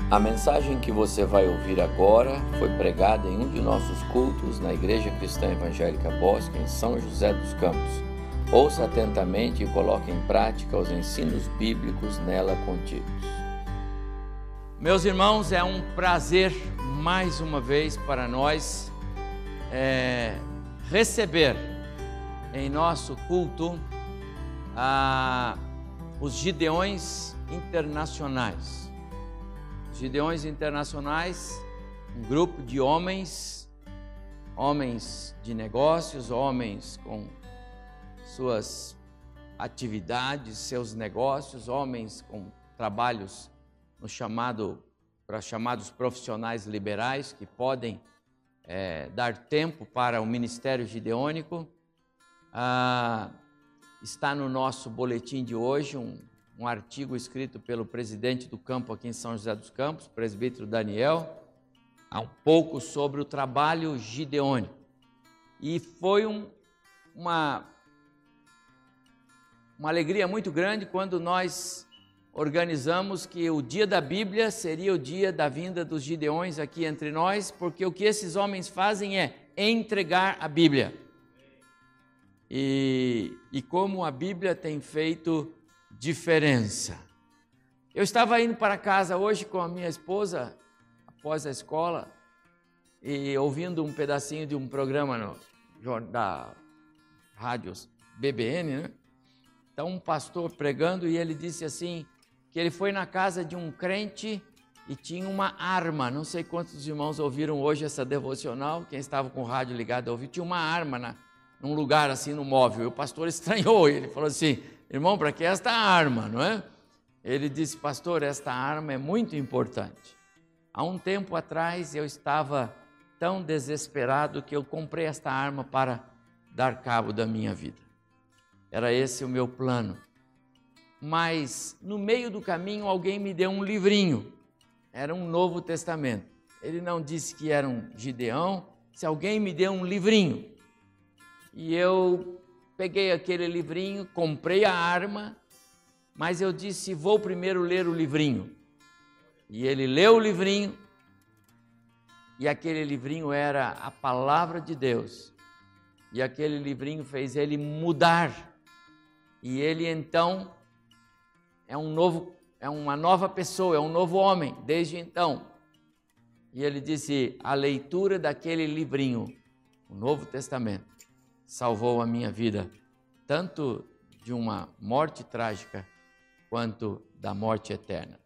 A mensagem que você vai ouvir agora foi pregada em um de nossos cultos na Igreja Cristã Evangélica Bosque, em São José dos Campos. Ouça atentamente e coloque em prática os ensinos bíblicos nela contidos. Meus irmãos, é um prazer mais uma vez para nós receber em nosso culto os Gideões Internacionais. Gideões Internacionais, um grupo de homens de negócios, homens com suas atividades, seus negócios, homens com trabalhos para chamados profissionais liberais, que podem dar tempo para o ministério gideônico. Está no nosso boletim de hoje um artigo escrito pelo presidente do campo aqui em São José dos Campos, presbítero Daniel, um pouco sobre o trabalho gideônico. E foi uma alegria muito grande quando nós organizamos que o dia da Bíblia seria o dia da vinda dos Gideões aqui entre nós, porque o que esses homens fazem é entregar a Bíblia. E como a Bíblia tem feito diferença. Eu estava indo para casa hoje com a minha esposa, após a escola, e ouvindo um pedacinho de um programa da rádio BBN, né? Então um pastor pregando, e ele disse assim, que ele foi na casa de um crente e tinha uma arma. Não sei quantos irmãos ouviram hoje essa devocional, quem estava com o rádio ligado ouviu, tinha uma arma num lugar assim, no móvel. E o pastor estranhou, ele falou assim, irmão, para que esta arma, não é? Ele disse, pastor, esta arma é muito importante. Há um tempo atrás eu estava tão desesperado que eu comprei esta arma para dar cabo da minha vida. Era esse o meu plano. Mas no meio do caminho alguém me deu um livrinho. Era um Novo Testamento. Ele não disse que era um Gideão, se alguém me deu um livrinho. E eu peguei aquele livrinho, comprei a arma, mas eu disse, vou primeiro ler o livrinho. E ele leu o livrinho, e aquele livrinho era a palavra de Deus. E aquele livrinho fez ele mudar. E ele então é uma nova pessoa, é um novo homem, desde então. E ele disse, a leitura daquele livrinho, o Novo Testamento, salvou a minha vida, tanto de uma morte trágica, quanto da morte eterna.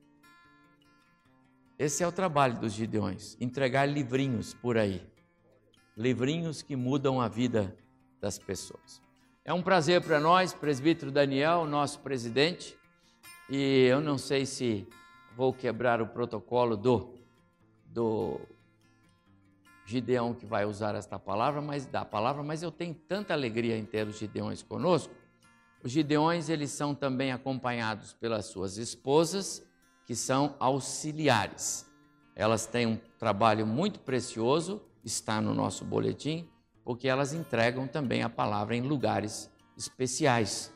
Esse é o trabalho dos Gideões, entregar livrinhos por aí, livrinhos que mudam a vida das pessoas. É um prazer para nós, presbítero Daniel, nosso presidente, e eu não sei se vou quebrar o protocolo do Gideão que vai usar esta palavra, mas eu tenho tanta alegria em ter os Gideões conosco. Os Gideões, eles são também acompanhados pelas suas esposas, que são auxiliares. Elas têm um trabalho muito precioso, está no nosso boletim, porque elas entregam também a palavra em lugares especiais,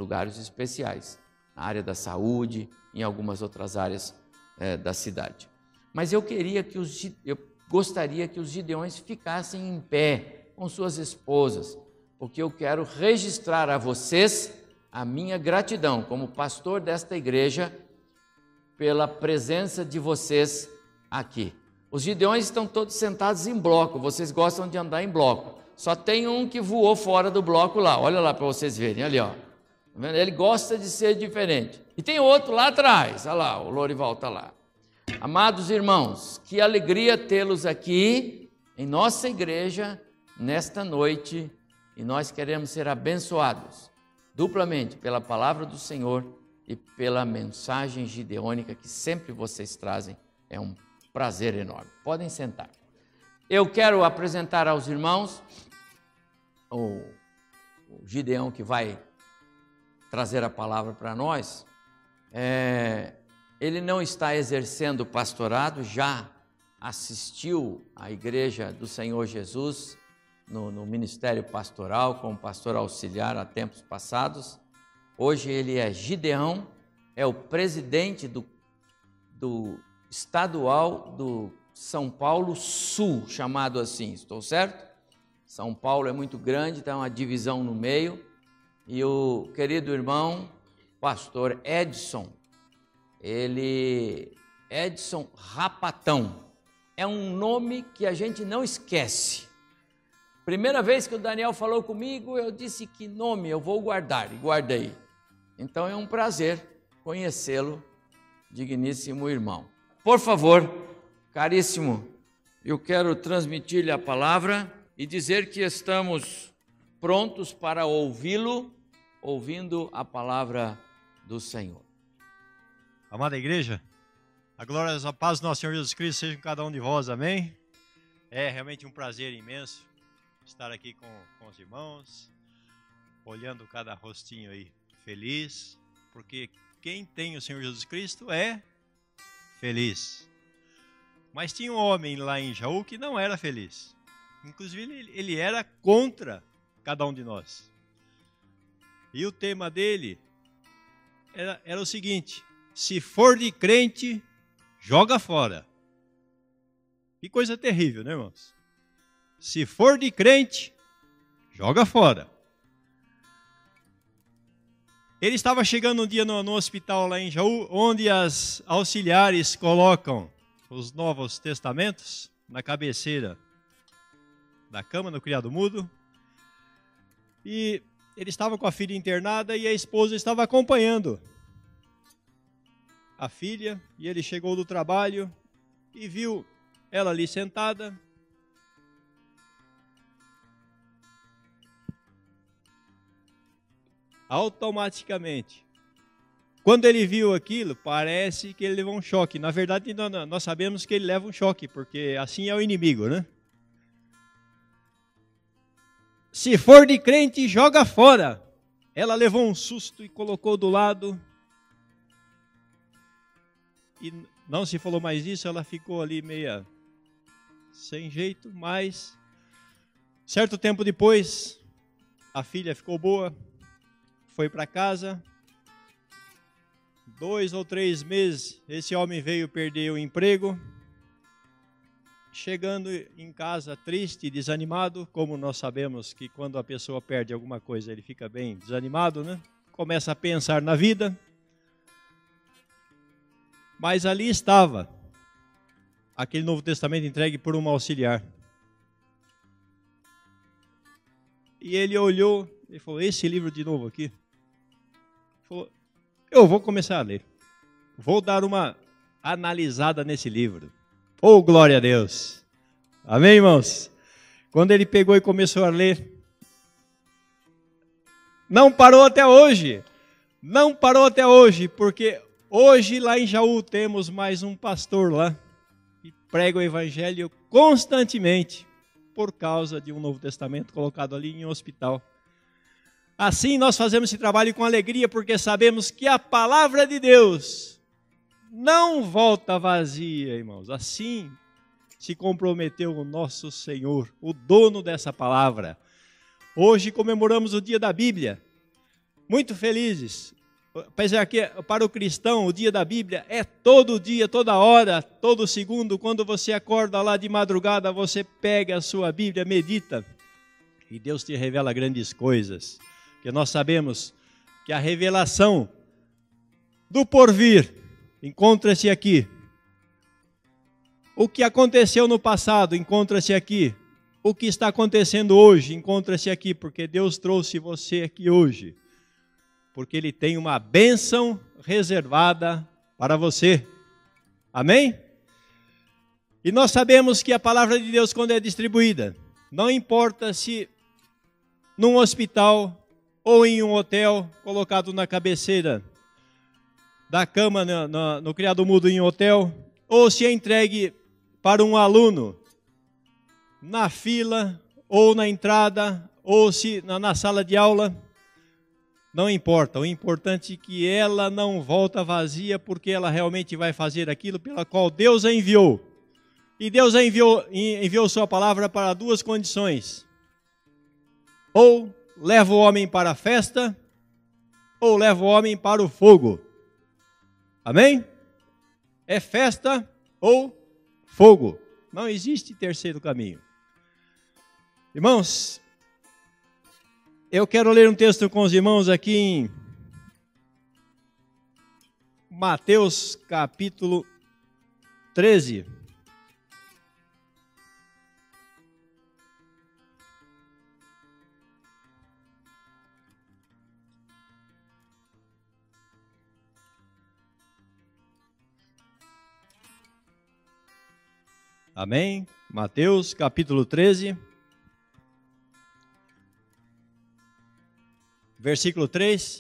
na área da saúde, em algumas outras áreas da cidade. Mas eu gostaria que os Gideões ficassem em pé com suas esposas, porque eu quero registrar a vocês a minha gratidão como pastor desta igreja pela presença de vocês aqui. Os Gideões estão todos sentados em bloco, vocês gostam de andar em bloco. Só tem um que voou fora do bloco lá, olha lá para vocês verem, ali ó. Ele gosta de ser diferente. E tem outro lá atrás, olha lá, o Lorival está lá. Amados irmãos, que alegria tê-los aqui em nossa igreja nesta noite, e nós queremos ser abençoados duplamente pela palavra do Senhor e pela mensagem gideônica que sempre vocês trazem. É um prazer enorme. Podem sentar. Eu quero apresentar aos irmãos o Gideão que vai trazer a palavra para nós. Ele não está exercendo pastorado, já assistiu à igreja do Senhor Jesus no ministério pastoral, como pastor auxiliar há tempos passados. Hoje ele é Gideão, é o presidente do estadual do São Paulo Sul, chamado assim, estou certo? São Paulo é muito grande, tem uma divisão no meio, e o querido irmão, pastor Edson Rapatão, é um nome que a gente não esquece. Primeira vez que o Daniel falou comigo, eu disse que nome eu vou guardar, e guardei. Então é um prazer conhecê-lo, digníssimo irmão. Por favor, caríssimo, eu quero transmitir-lhe a palavra e dizer que estamos prontos para ouvi-lo, ouvindo a palavra do Senhor. Amada igreja, a glória e a paz do nosso Senhor Jesus Cristo seja com cada um de vós, amém? É realmente um prazer imenso estar aqui com os irmãos, olhando cada rostinho aí feliz, porque quem tem o Senhor Jesus Cristo é feliz. Mas tinha um homem lá em Jaú que não era feliz. Inclusive ele era contra cada um de nós. E o tema dele era o seguinte: se for de crente, joga fora. Que coisa terrível, né, irmãos? Se for de crente, joga fora. Ele estava chegando um dia no hospital lá em Jaú, onde as auxiliares colocam os Novos Testamentos na cabeceira da cama, no criado mudo. E ele estava com a filha internada e a esposa estava acompanhando a filha. E ele chegou do trabalho e viu ela ali sentada. Automaticamente, quando ele viu aquilo, parece que ele levou um choque. Na verdade, nós sabemos que ele leva um choque, porque assim é o inimigo, né? Se for de crente, joga fora. Ela levou um susto e colocou do lado. E não se falou mais disso, ela ficou ali meia sem jeito, mas certo tempo depois, a filha ficou boa. Foi para casa, 2 ou 3 meses, esse homem veio perder o emprego. Chegando em casa triste, desanimado, como nós sabemos que quando a pessoa perde alguma coisa, ele fica bem desanimado, né? Começa a pensar na vida. Mas ali estava aquele Novo Testamento entregue por uma auxiliar. E ele olhou e falou: esse livro de novo aqui? Falou: eu vou começar a ler. Vou dar uma analisada nesse livro. Oh, glória a Deus. Amém, irmãos? Quando ele pegou e começou a ler, não parou até hoje. Não parou até hoje, porque hoje lá em Jaú temos mais um pastor lá que prega o evangelho constantemente por causa de um Novo Testamento colocado ali em um hospital. Assim nós fazemos esse trabalho com alegria, porque sabemos que a palavra de Deus não volta vazia, irmãos. Assim se comprometeu o nosso Senhor, o dono dessa palavra. Hoje comemoramos o dia da Bíblia, muito felizes. Apesar que para o cristão o dia da Bíblia é todo dia, toda hora, todo segundo. Quando você acorda lá de madrugada, você pega a sua Bíblia, medita, e Deus te revela grandes coisas. Porque nós sabemos que a revelação do porvir encontra-se aqui. O que aconteceu no passado encontra-se aqui. O que está acontecendo hoje encontra-se aqui, porque Deus trouxe você aqui hoje. Porque Ele tem uma bênção reservada para você. Amém? E nós sabemos que a palavra de Deus, quando é distribuída, não importa se num hospital ou em um hotel, colocado na cabeceira da cama, no criado mudo em um hotel, ou se é entregue para um aluno na fila, ou na entrada, ou se na sala de aula, não importa. O importante é que ela não volta vazia, porque ela realmente vai fazer aquilo pela qual Deus a enviou. E Deus a enviou sua palavra para 2 condições: ou leva o homem para a festa, ou leva o homem para o fogo. Amém? É festa ou fogo. Não existe terceiro caminho. Irmãos, eu quero ler um texto com os irmãos aqui em Mateus capítulo 13. Amém? Mateus capítulo 13, versículo 3.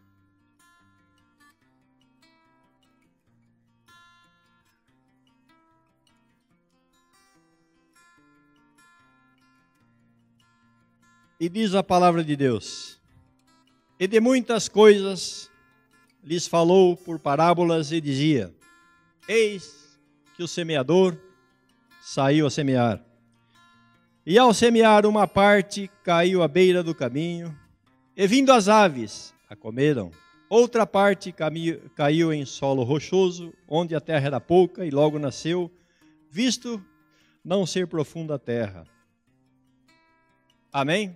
E diz a palavra de Deus: e de muitas coisas lhes falou por parábolas e dizia: eis que o semeador saiu a semear. E ao semear, uma parte caiu à beira do caminho, e vindo as aves, a comeram. Outra parte caiu em solo rochoso, onde a terra era pouca, e logo nasceu, visto não ser profunda a terra. Amém?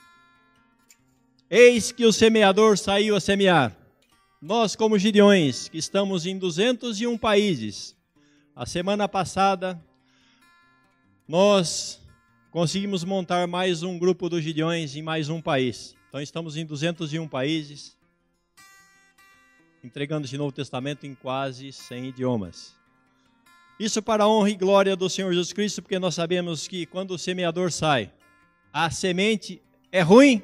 Eis que o semeador saiu a semear. Nós, como Gideões, que estamos em 201 países, a semana passada nós conseguimos montar mais um grupo dos Gideões em mais um país. Então estamos em 201 países, entregando esse Novo Testamento em quase 100 idiomas. Isso para a honra e glória do Senhor Jesus Cristo, porque nós sabemos que quando o semeador sai, a semente é ruim?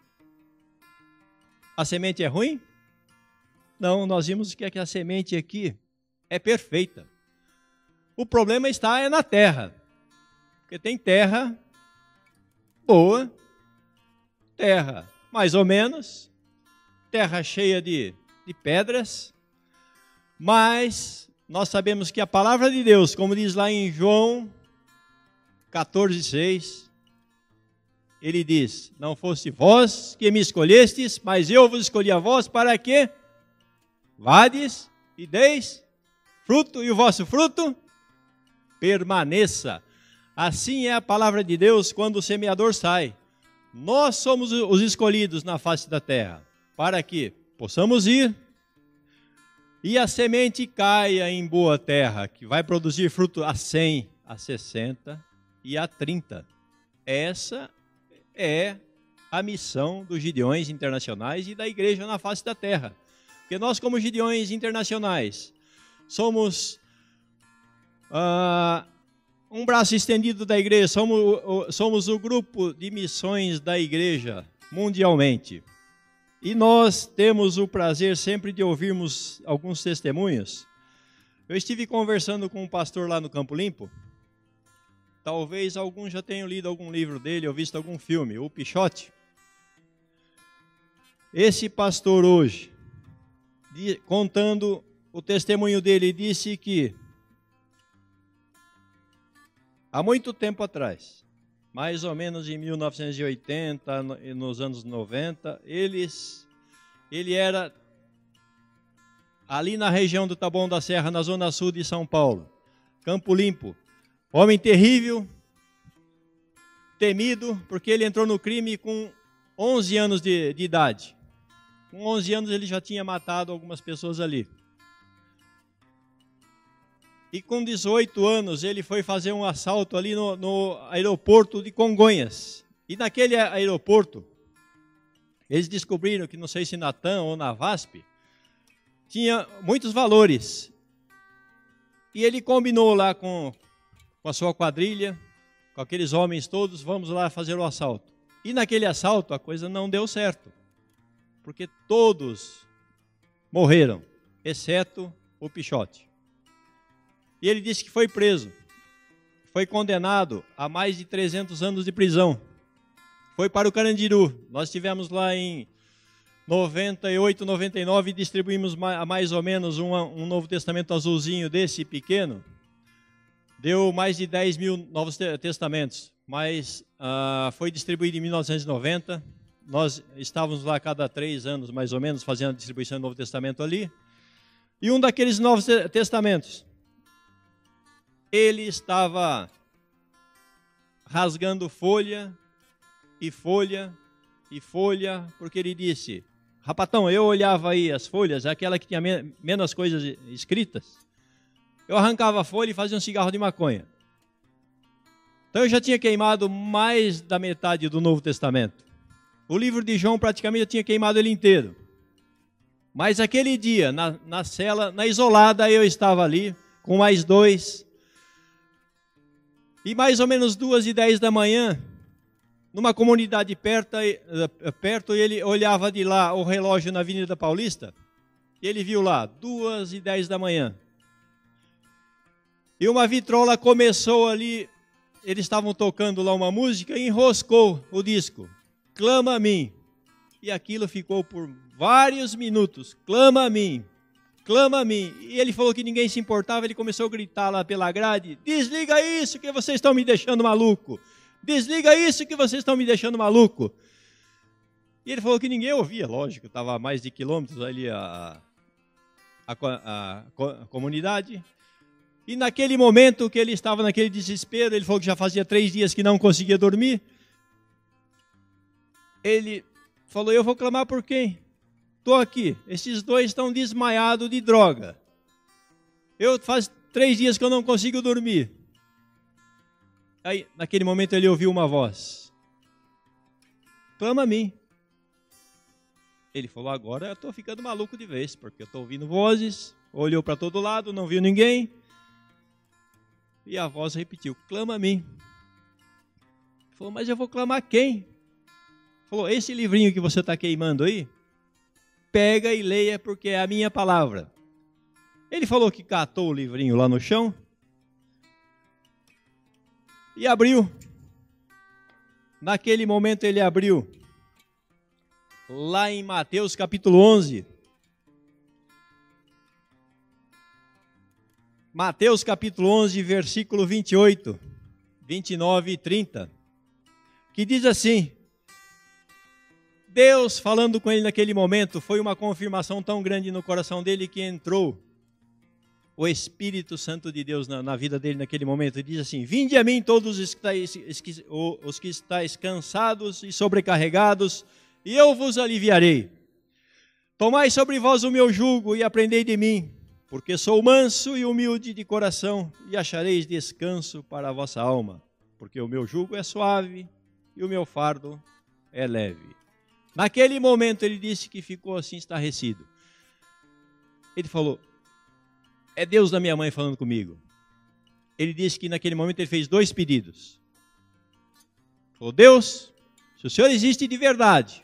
A semente é ruim? Não, nós vimos que a semente aqui é perfeita. O problema está na terra. Porque tem terra boa, terra mais ou menos, terra cheia de pedras, mas nós sabemos que a palavra de Deus, como diz lá em João 14,6, ele diz: não fosse vós que me escolhestes, mas eu vos escolhi a vós para que vades e deis fruto, e o vosso fruto permaneça. Assim é a palavra de Deus quando o semeador sai. Nós somos os escolhidos na face da terra, para que possamos ir e a semente caia em boa terra, que vai produzir fruto a 100, a 60 e a 30. Essa é a missão dos Gideões internacionais e da igreja na face da terra. Porque nós, como Gideões internacionais, somos um braço estendido da igreja, somos o grupo de missões da igreja mundialmente. E nós temos o prazer sempre de ouvirmos alguns testemunhos. Eu estive conversando com um pastor lá no Campo Limpo. Talvez alguns já tenham lido algum livro dele ou visto algum filme, o Pichote. Esse pastor hoje, contando o testemunho dele, disse que há muito tempo atrás, mais ou menos em 1980, nos anos 90, ele era ali na região do Taboão da Serra, na zona sul de São Paulo, Campo Limpo. Homem terrível, temido, porque ele entrou no crime com 11 anos de idade. Com 11 anos ele já tinha matado algumas pessoas ali. E com 18 anos ele foi fazer um assalto ali no aeroporto de Congonhas. E naquele aeroporto, eles descobriram que, não sei se na TAM ou na VASP, tinha muitos valores. E ele combinou lá com a sua quadrilha, com aqueles homens todos: vamos lá fazer o assalto. E naquele assalto a coisa não deu certo, porque todos morreram, exceto o Pichote. E ele disse que foi preso, foi condenado a mais de 300 anos de prisão. Foi para o Carandiru. Nós estivemos lá em 98, 99 e distribuímos mais ou menos um Novo Testamento azulzinho desse pequeno. Deu mais de 10 mil Novos Testamentos, mas foi distribuído em 1990. Nós estávamos lá a cada 3 anos, mais ou menos, fazendo a distribuição do Novo Testamento ali. E um daqueles Novos Testamentos ele estava rasgando folha e folha e folha, porque ele disse: rapatão, eu olhava aí as folhas, aquela que tinha menos coisas escritas, eu arrancava a folha e fazia um cigarro de maconha. Então eu já tinha queimado mais da metade do Novo Testamento. O livro de João praticamente eu tinha queimado ele inteiro. Mas aquele dia, na cela, na isolada, eu estava ali com mais 2. E mais ou menos 2h10 da manhã, numa comunidade perto, ele olhava de lá o relógio na Avenida Paulista, e ele viu lá, 2h10 da manhã. E uma vitrola começou ali, eles estavam tocando lá uma música, e enroscou o disco, Clama a Mim. E aquilo ficou por vários minutos, clama a mim, clama a mim. E ele falou que ninguém se importava, ele começou a gritar lá pela grade: desliga isso que vocês estão me deixando maluco, desliga isso que vocês estão me deixando maluco. E ele falou que ninguém ouvia, lógico, estava a mais de quilômetros ali a comunidade. E naquele momento que ele estava naquele desespero, ele falou que já fazia 3 dias que não conseguia dormir. Ele falou: eu vou clamar por quem? Estou aqui, esses 2 estão desmaiados de droga. Faz 3 dias que eu não consigo dormir. Aí, naquele momento, ele ouviu uma voz: clama a mim. Ele falou: agora eu estou ficando maluco de vez, porque eu estou ouvindo vozes. Olhou para todo lado, não viu ninguém. E a voz repetiu: clama a mim. Ele falou: mas eu vou clamar quem? Ele falou: esse livrinho que você está queimando aí, pega e leia, porque é a minha palavra. Ele falou que catou o livrinho lá no chão e abriu. Naquele momento ele abriu lá em Mateus capítulo 11. Mateus capítulo 11, versículo 28, 29 e 30, que diz assim: Deus falando com ele naquele momento, foi uma confirmação tão grande no coração dele que entrou o Espírito Santo de Deus na vida dele naquele momento. Ele diz assim: vinde a mim todos os que estáis cansados e sobrecarregados, e eu vos aliviarei. Tomai sobre vós o meu jugo e aprendei de mim, porque sou manso e humilde de coração, e achareis descanso para a vossa alma, porque o meu jugo é suave e o meu fardo é leve. Naquele momento ele disse que ficou assim estarrecido. Ele falou: é Deus da minha mãe falando comigo. Ele disse que naquele momento ele fez 2 pedidos. Falou: Deus, se o Senhor existe de verdade,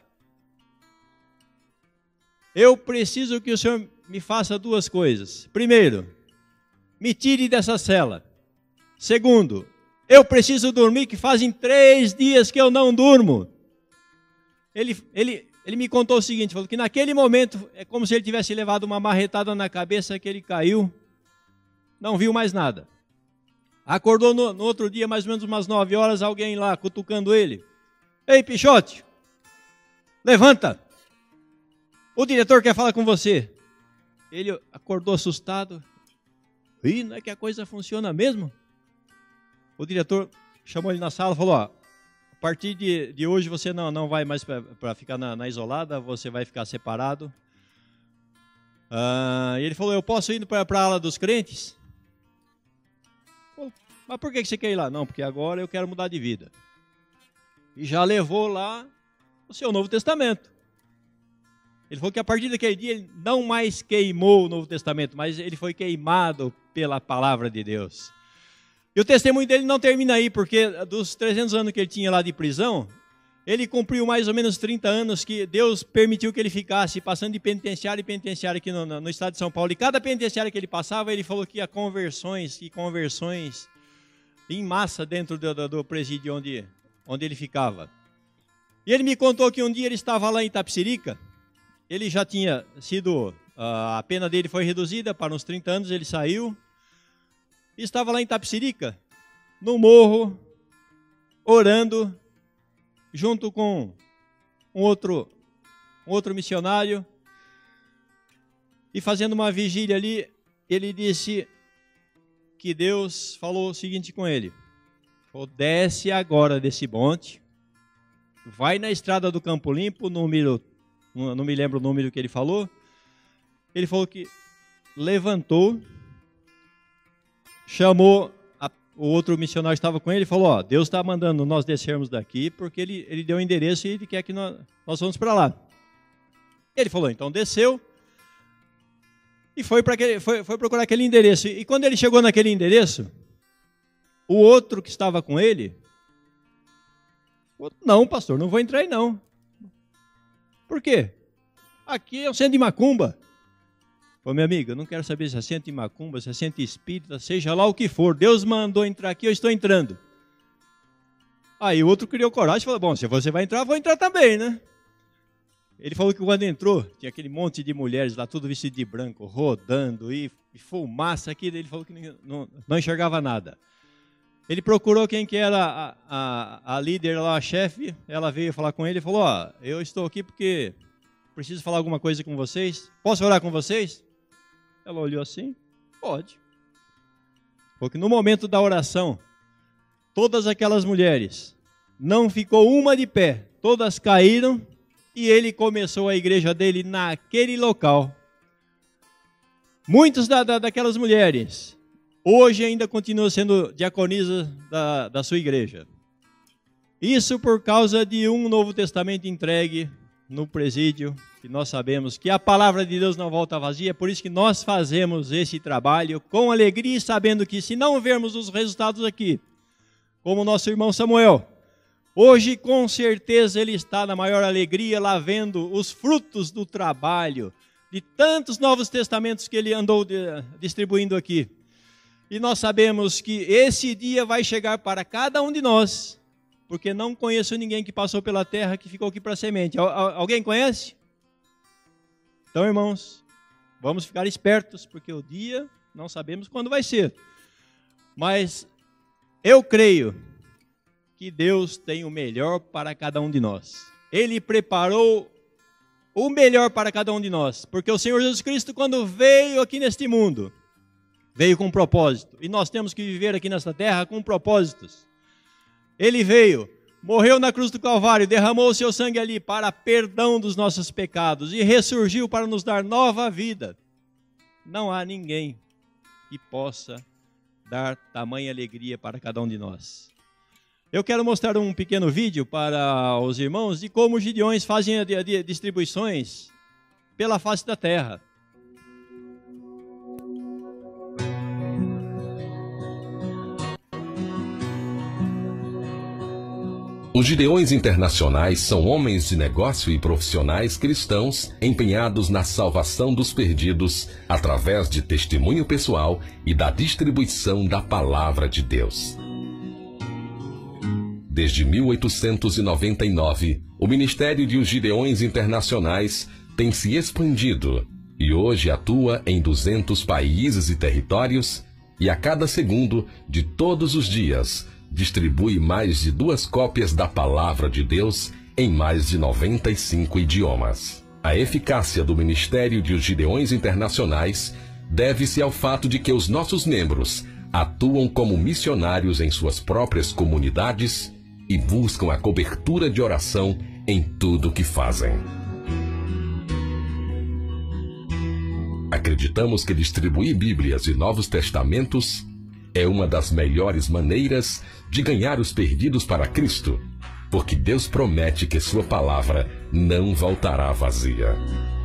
eu preciso que o Senhor me faça 2 coisas. Primeiro, me tire dessa cela. Segundo, eu preciso dormir, que fazem 3 dias que eu não durmo. Ele me contou o seguinte, falou que naquele momento é como se ele tivesse levado uma marretada na cabeça, que ele caiu, não viu mais nada. Acordou no outro dia, mais ou menos umas 9 horas, alguém lá cutucando ele: ei, Pichote, levanta, o diretor quer falar com você. Ele acordou assustado: ih, não é que a coisa funciona mesmo? O diretor chamou ele na sala e falou: ó, a partir de hoje você não vai mais para ficar na isolada, você vai ficar separado. E ele falou: eu posso ir para a ala dos crentes? Falei: mas por que você quer ir lá? Não, porque agora eu quero mudar de vida. E já levou lá o seu Novo Testamento. Ele falou que a partir daquele dia ele não mais queimou o Novo Testamento, mas ele foi queimado pela palavra de Deus. E o testemunho dele não termina aí, porque dos 300 anos que ele tinha lá de prisão, ele cumpriu mais ou menos 30 anos que Deus permitiu que ele ficasse passando de penitenciário em penitenciário aqui no estado de São Paulo. E cada penitenciário que ele passava, ele falou que ia conversões em massa dentro do presídio onde ele ficava. E ele me contou que um dia ele estava lá em Itapecerica. Ele já tinha sido, a pena dele foi reduzida para uns 30 anos, ele saiu. E estava lá em Itapecerica, no morro, orando, junto com um outro missionário, e fazendo uma vigília ali. Ele disse que Deus falou o seguinte com ele: falou, desce agora desse monte, vai na estrada do Campo Limpo, não me lembro o número que ele falou. Ele falou que levantou, chamou o outro missionário que estava com ele e falou, Deus está mandando nós descermos daqui porque ele deu o endereço e ele quer que nós vamos para lá. Ele falou, então desceu e foi procurar aquele endereço. E quando ele chegou naquele endereço, o outro que estava com ele, não, pastor, não vou entrar aí não. Por quê? Aqui é um centro de macumba. Ô, minha amiga, eu não quero saber se é centro de macumba, se é centro espírita, seja lá o que for. Deus mandou entrar aqui, eu estou entrando. Aí o outro criou coragem e falou, bom, se você vai entrar, eu vou entrar também, né? Ele falou que quando entrou, tinha aquele monte de mulheres lá, tudo vestido de branco, rodando e fumaça aqui. Ele falou que não enxergava nada. Ele procurou quem que era a líder lá, a chefe. Ela veio falar com ele e falou, eu estou aqui porque preciso falar alguma coisa com vocês. Posso orar com vocês? Ela olhou assim, pode. Porque no momento da oração, todas aquelas mulheres, não ficou uma de pé, todas caíram e ele começou a igreja dele naquele local. Muitas daquelas mulheres, hoje ainda continuam sendo diaconisas da sua igreja. Isso por causa de um Novo Testamento entregue no presídio, que nós sabemos que a palavra de Deus não volta vazia, é por isso que nós fazemos esse trabalho com alegria, sabendo que se não vermos os resultados aqui, como nosso irmão Samuel, hoje com certeza ele está na maior alegria lá vendo os frutos do trabalho, de tantos Novos Testamentos que ele andou distribuindo aqui. E nós sabemos que esse dia vai chegar para cada um de nós, porque não conheço ninguém que passou pela terra que ficou aqui para semente. Alguém conhece? Então, irmãos, vamos ficar espertos, porque o dia não sabemos quando vai ser. Mas eu creio que Deus tem o melhor para cada um de nós. Ele preparou o melhor para cada um de nós, porque o Senhor Jesus Cristo, quando veio aqui neste mundo, veio com um propósito. E nós temos que viver aqui nesta terra com propósitos. Ele veio, morreu na cruz do Calvário, derramou o seu sangue ali para perdão dos nossos pecados e ressurgiu para nos dar nova vida. Não há ninguém que possa dar tamanha alegria para cada um de nós. Eu quero mostrar um pequeno vídeo para os irmãos de como os gideões fazem as distribuições pela face da terra. Os Gideões Internacionais são homens de negócio e profissionais cristãos empenhados na salvação dos perdidos através de testemunho pessoal e da distribuição da palavra de Deus. Desde 1899, o Ministério de Os Gideões Internacionais tem se expandido e hoje atua em 200 países e territórios e a cada segundo de todos os dias distribui mais de 2 cópias da Palavra de Deus em mais de 95 idiomas. A eficácia do Ministério de Os Gideões Internacionais deve-se ao fato de que os nossos membros atuam como missionários em suas próprias comunidades e buscam a cobertura de oração em tudo o que fazem. Acreditamos que distribuir Bíblias e Novos Testamentos é uma das melhores maneiras de ganhar os perdidos para Cristo, porque Deus promete que sua palavra não voltará vazia.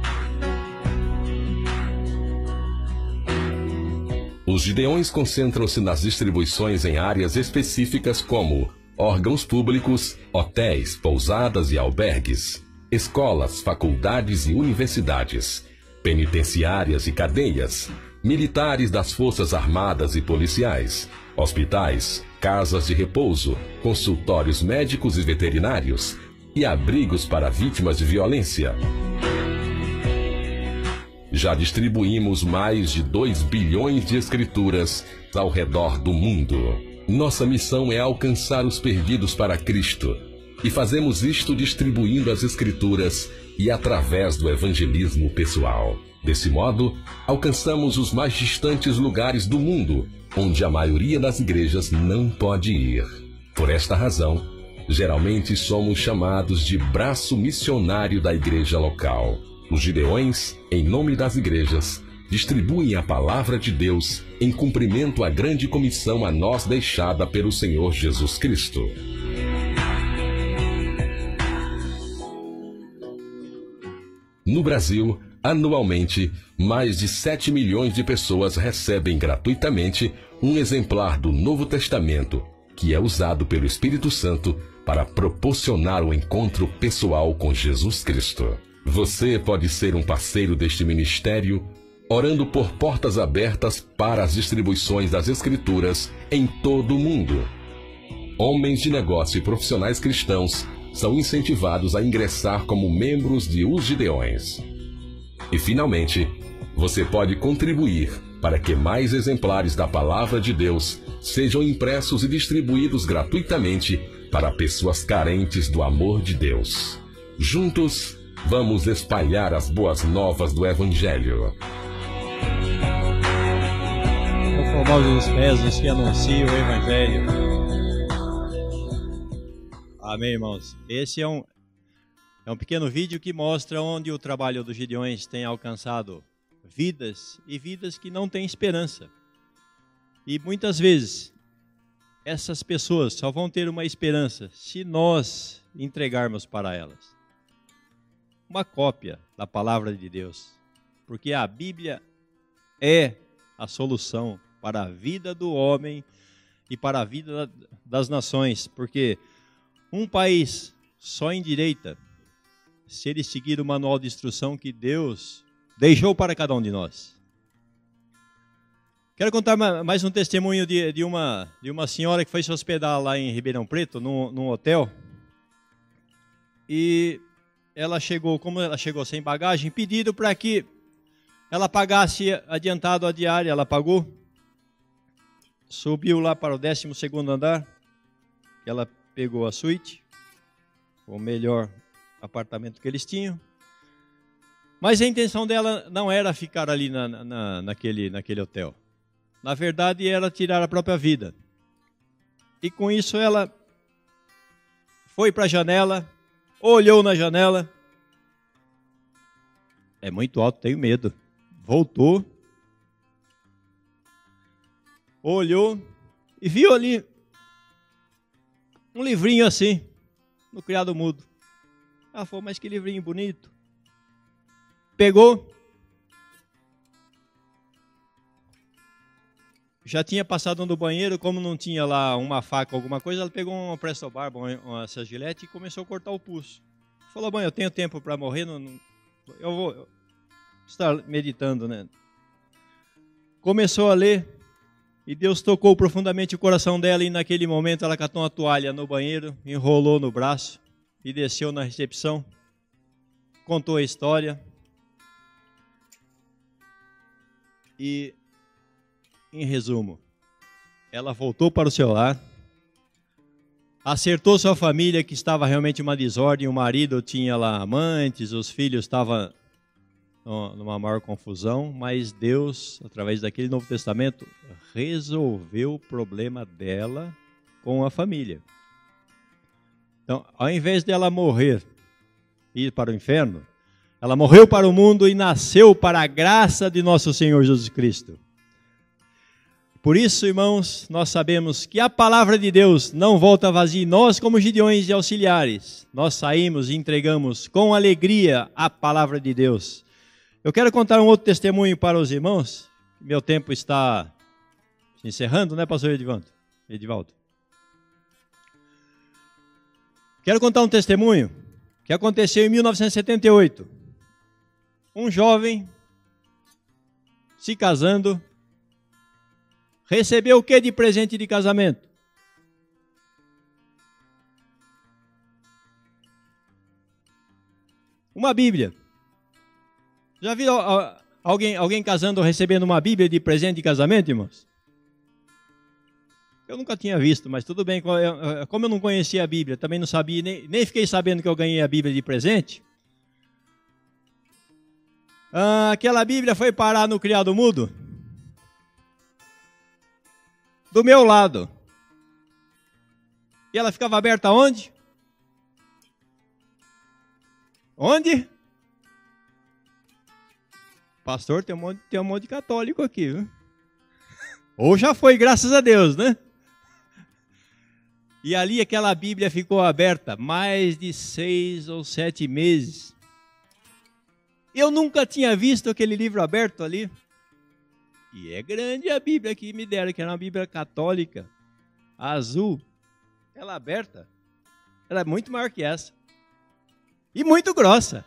Os Gideões concentram-se nas distribuições em áreas específicas como órgãos públicos, hotéis, pousadas e albergues, escolas, faculdades e universidades, penitenciárias e cadeias, militares das Forças Armadas e policiais, hospitais, casas de repouso, consultórios médicos e veterinários e abrigos para vítimas de violência. Já distribuímos mais de 2 bilhões de escrituras ao redor do mundo. Nossa missão é alcançar os perdidos para Cristo e fazemos isto distribuindo as escrituras e através do evangelismo pessoal. Desse modo, alcançamos os mais distantes lugares do mundo, onde a maioria das igrejas não pode ir. Por esta razão, geralmente somos chamados de braço missionário da igreja local. Os Gideões, em nome das igrejas, distribuem a palavra de Deus em cumprimento à grande comissão a nós deixada pelo Senhor Jesus Cristo. No Brasil, anualmente, mais de 7 milhões de pessoas recebem gratuitamente um exemplar do Novo Testamento, que é usado pelo Espírito Santo para proporcionar o encontro pessoal com Jesus Cristo. Você pode ser um parceiro deste ministério, orando por portas abertas para as distribuições das Escrituras em todo o mundo. Homens de negócio e profissionais cristãos são incentivados a ingressar como membros de Os Gideões. E, finalmente, você pode contribuir para que mais exemplares da Palavra de Deus sejam impressos e distribuídos gratuitamente para pessoas carentes do amor de Deus. Juntos, vamos espalhar as boas novas do Evangelho. São famosos os pés dos que anunciam o Evangelho. Amém, irmãos? Esse é um pequeno vídeo que mostra onde o trabalho dos Gideões tem alcançado vidas e vidas que não têm esperança. E muitas vezes, essas pessoas só vão ter uma esperança se nós entregarmos para elas uma cópia da palavra de Deus. Porque a Bíblia é a solução para a vida do homem e para a vida das nações. Porque um país só endireita se ele seguir o manual de instrução que Deus deixou para cada um de nós. Quero contar mais um testemunho de uma senhora que foi se hospedar lá em Ribeirão Preto, num hotel. E como ela chegou sem bagagem, pediram para que ela pagasse adiantado a diária. Ela pagou, subiu lá para o 12º andar, ela pegou a suíte, o melhor apartamento que eles tinham. Mas a intenção dela não era ficar ali naquele hotel. Na verdade, era tirar a própria vida. E com isso ela foi para a janela, olhou na janela. É muito alto, tenho medo. Voltou. Olhou e viu ali um livrinho assim, no criado mudo. Ela falou, mas que livrinho bonito. Pegou. Já tinha passado no banheiro, como não tinha lá uma faca ou alguma coisa, ela pegou uma Presto Barba, uma Gillette e começou a cortar o pulso. Falou, bom, eu tenho tempo para morrer, eu vou estar meditando, né? Começou a ler e Deus tocou profundamente o coração dela e naquele momento ela catou uma toalha no banheiro, enrolou no braço e desceu na recepção, contou a história e, em resumo, ela voltou para o seu lar, acertou sua família que estava realmente uma desordem, o marido tinha lá amantes, os filhos estavam numa maior confusão, mas Deus, através daquele Novo Testamento, resolveu o problema dela com a família. Então, ao invés dela morrer e ir para o inferno, ela morreu para o mundo e nasceu para a graça de nosso Senhor Jesus Cristo. Por isso, irmãos, nós sabemos que a palavra de Deus não volta vazia. Nós, como Gideões e auxiliares, nós saímos e entregamos com alegria a palavra de Deus. Eu quero contar um outro testemunho para os irmãos. Meu tempo está se encerrando, né, pastor Edivaldo? Quero contar um testemunho que aconteceu em 1978. Um jovem se casando, recebeu o que de presente de casamento? Uma Bíblia. Já viu alguém casando ou recebendo uma Bíblia de presente de casamento, irmãos? Eu nunca tinha visto, mas tudo bem. Como eu não conhecia a Bíblia, também não sabia, nem fiquei sabendo que eu ganhei a Bíblia de presente. Aquela Bíblia foi parar no criado mudo? Do meu lado. E ela ficava aberta onde? Onde? Pastor, tem um monte de católico aqui, viu? Ou já foi, graças a Deus, né? E ali aquela Bíblia ficou aberta mais de 6 ou 7 meses. Eu nunca tinha visto aquele livro aberto ali. E é grande a Bíblia que me deram, que era uma Bíblia católica, azul. Ela aberta. Ela é muito maior que essa. E muito grossa.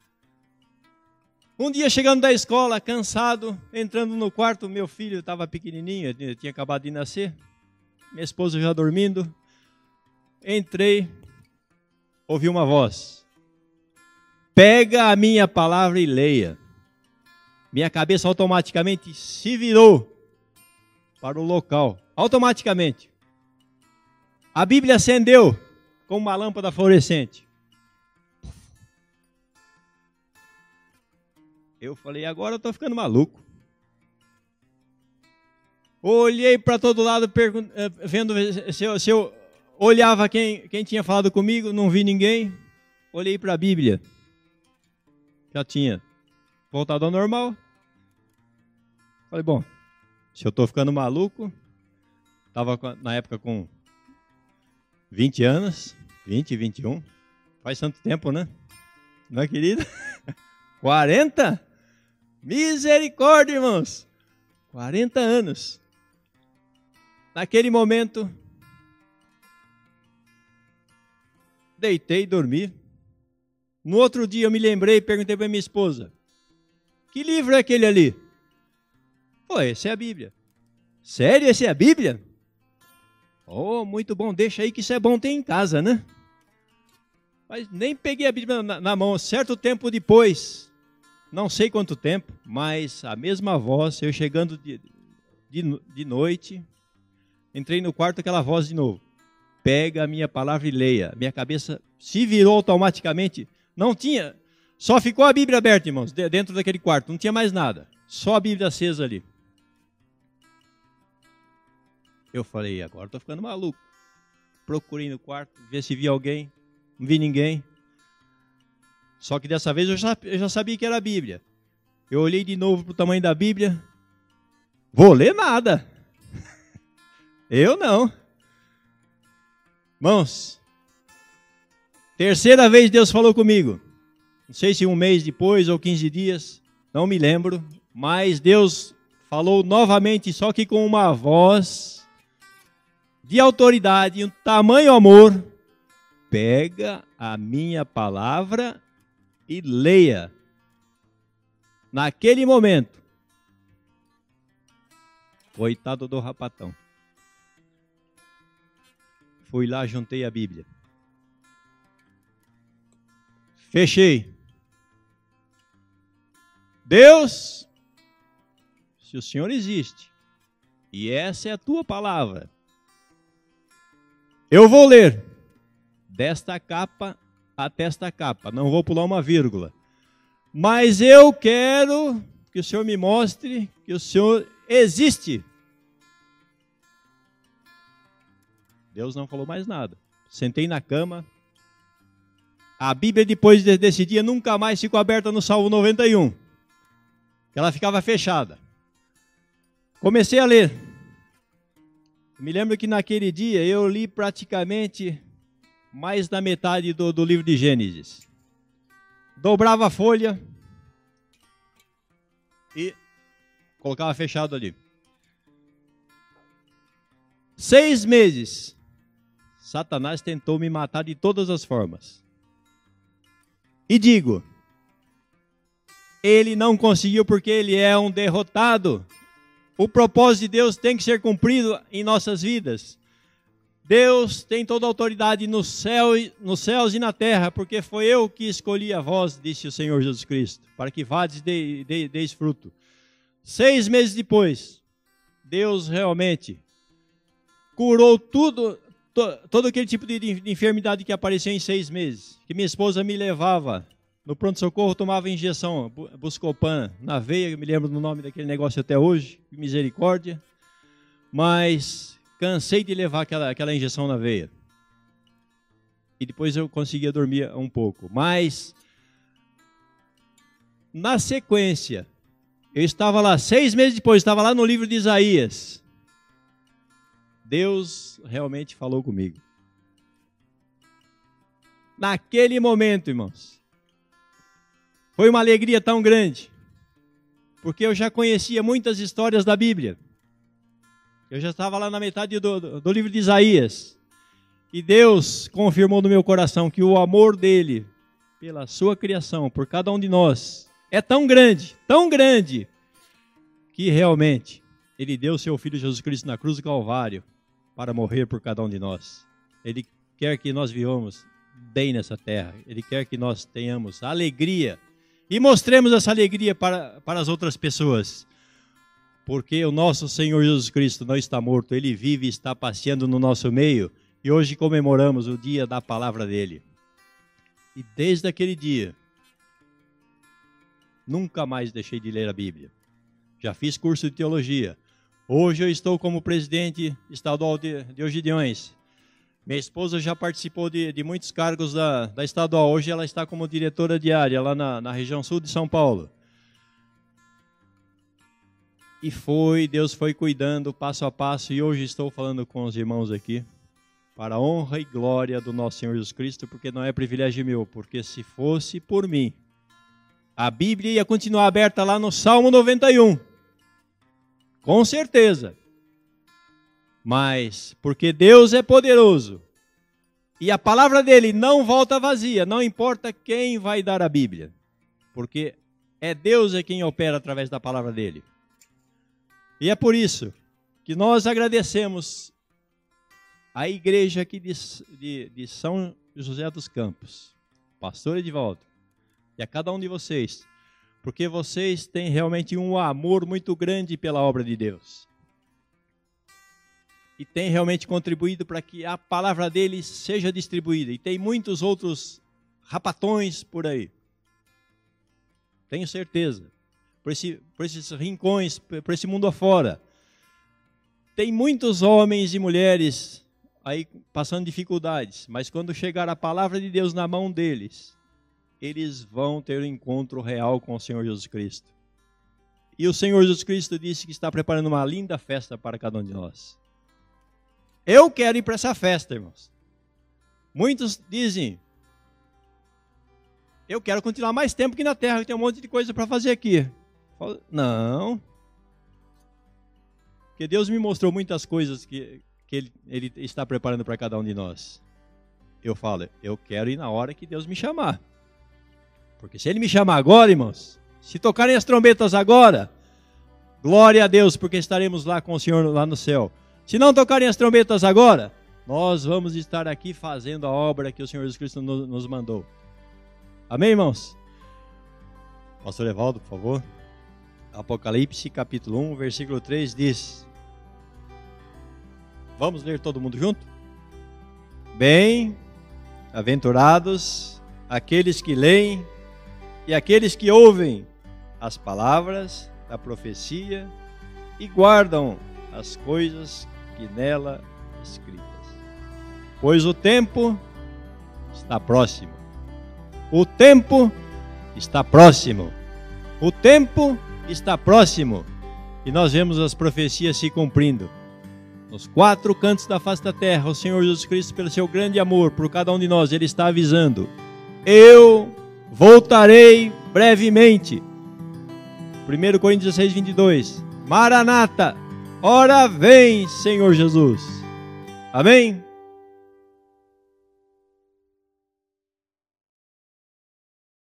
Um dia chegando da escola, cansado, entrando no quarto, meu filho estava pequenininho, tinha acabado de nascer. Minha esposa já dormindo. Entrei, ouvi uma voz. Pega a minha palavra e leia. Minha cabeça automaticamente se virou para o local. Automaticamente. A Bíblia acendeu como uma lâmpada fluorescente. Eu falei, agora eu estou ficando maluco. Olhei para todo lado, vendo se eu olhava quem tinha falado comigo, não vi ninguém. Olhei para a Bíblia. Já tinha voltado ao normal. Falei, bom, se eu estou ficando maluco, estava na época com 20 anos, 20, 21, faz tanto tempo, né? Não é, querida? 40? Misericórdia, irmãos! 40 anos. Naquele momento, deitei e dormi. No outro dia eu me lembrei e perguntei para minha esposa, que livro é aquele ali? Pô, esse é a Bíblia. Sério, esse é a Bíblia? Oh, muito bom, deixa aí que isso é bom ter em casa, né? Mas nem peguei a Bíblia na mão. Certo tempo depois, não sei quanto tempo, mas a mesma voz, eu chegando de noite, entrei no quarto, aquela voz de novo. Pega a minha palavra e leia. Minha cabeça se virou automaticamente. Não tinha, só ficou a Bíblia aberta, irmãos, dentro daquele quarto. Não tinha mais nada, só a Bíblia acesa ali. Eu falei, agora estou ficando maluco. Procurei no quarto, ver se via alguém. Não vi ninguém. Só que dessa vez eu já sabia que era a Bíblia. Eu olhei de novo para o tamanho da Bíblia. Vou ler nada. Eu não. Irmãos, terceira vez Deus falou comigo. Não sei se um mês depois ou 15 dias. Não me lembro. Mas Deus falou novamente, só que com uma voz de autoridade, um tamanho amor. Pega a minha palavra e leia. Naquele momento, coitado do rapatão. Fui lá, juntei a Bíblia. Fechei. Deus, se o Senhor existe, e essa é a tua palavra, eu vou ler desta capa até esta capa. Não vou pular uma vírgula. Mas eu quero que o Senhor me mostre que o Senhor existe. Deus não falou mais nada. Sentei na cama. A Bíblia, depois desse dia, nunca mais ficou aberta no Salmo 91. Ela ficava fechada. Comecei a ler. Me lembro que naquele dia eu li praticamente mais da metade do livro de Gênesis. Dobrava a folha e colocava fechado ali. 6 meses, Satanás tentou me matar de todas as formas. E digo, ele não conseguiu porque ele é um derrotado. O propósito de Deus tem que ser cumprido em nossas vidas. Deus tem toda a autoridade nos céus e na terra, porque foi eu que escolhi a vós, disse o Senhor Jesus Cristo, para que vades e deis fruto. 6 meses depois, Deus realmente curou todo aquele tipo de enfermidade que apareceu em 6 meses, que minha esposa me levava No pronto-socorro tomava injeção, Buscopan, na veia, eu me lembro do nome daquele negócio até hoje, misericórdia. Mas cansei de levar aquela injeção na veia. E depois eu conseguia dormir um pouco. Mas, na sequência, eu estava lá, 6 meses depois, estava lá no livro de Isaías. Deus realmente falou comigo. Naquele momento, irmãos, foi uma alegria tão grande, porque eu já conhecia muitas histórias da Bíblia. Eu já estava lá na metade do livro de Isaías. E Deus confirmou no meu coração que o amor dele pela sua criação, por cada um de nós, é tão grande, que realmente ele deu seu Filho Jesus Cristo na cruz do Calvário para morrer por cada um de nós. Ele quer que nós vivamos bem nessa terra. Ele quer que nós tenhamos alegria e mostremos essa alegria para as outras pessoas. Porque o nosso Senhor Jesus Cristo não está morto, Ele vive e está passeando no nosso meio. E hoje comemoramos o dia da palavra dEle. E desde aquele dia, nunca mais deixei de ler a Bíblia. Já fiz curso de teologia. Hoje eu estou como presidente estadual de Gideões. Minha esposa já participou de muitos cargos da estadual. Hoje ela está como diretora diária lá na região sul de São Paulo. E Deus foi cuidando passo a passo. E hoje estou falando com os irmãos aqui, para a honra e glória do nosso Senhor Jesus Cristo, porque não é privilégio meu, porque se fosse por mim, a Bíblia ia continuar aberta lá no Salmo 91. Com certeza. Mas, porque Deus é poderoso, e a palavra dele não volta vazia, não importa quem vai dar a Bíblia, porque é Deus quem opera através da palavra dele. E é por isso que nós agradecemos a igreja aqui de São José dos Campos, pastor Edivaldo, e a cada um de vocês, porque vocês têm realmente um amor muito grande pela obra de Deus. E tem realmente contribuído para que a palavra dele seja distribuída. E tem muitos outros rapatões por aí. Tenho certeza. Por esses rincões, por esse mundo afora. Tem muitos homens e mulheres aí passando dificuldades. Mas quando chegar a palavra de Deus na mão deles, eles vão ter um encontro real com o Senhor Jesus Cristo. E o Senhor Jesus Cristo disse que está preparando uma linda festa para cada um de nós. Eu quero ir para essa festa, irmãos. Muitos dizem, eu quero continuar mais tempo aqui na terra, tem um monte de coisa para fazer aqui. Não. Porque Deus me mostrou muitas coisas que ele está preparando para cada um de nós. Eu falo, eu quero ir na hora que Deus me chamar. Porque se Ele me chamar agora, irmãos, se tocarem as trombetas agora, glória a Deus, porque estaremos lá com o Senhor lá no céu. Se não tocarem as trombetas agora, nós vamos estar aqui fazendo a obra que o Senhor Jesus Cristo nos mandou. Amém, irmãos? Pastor Evaldo, por favor. Apocalipse, capítulo 1, versículo 3 diz... Vamos ler todo mundo junto? Bem-aventurados aqueles que leem e aqueles que ouvem as palavras da profecia e guardam as coisas que nela escritas. Pois o tempo está próximo. O tempo está próximo. O tempo está próximo. E nós vemos as profecias se cumprindo. Nos 4 cantos da face da terra, o Senhor Jesus Cristo, pelo seu grande amor por cada um de nós, Ele está avisando: eu voltarei brevemente. 1 Coríntios 16, 22. Maranata, ora vem, Senhor Jesus. Amém?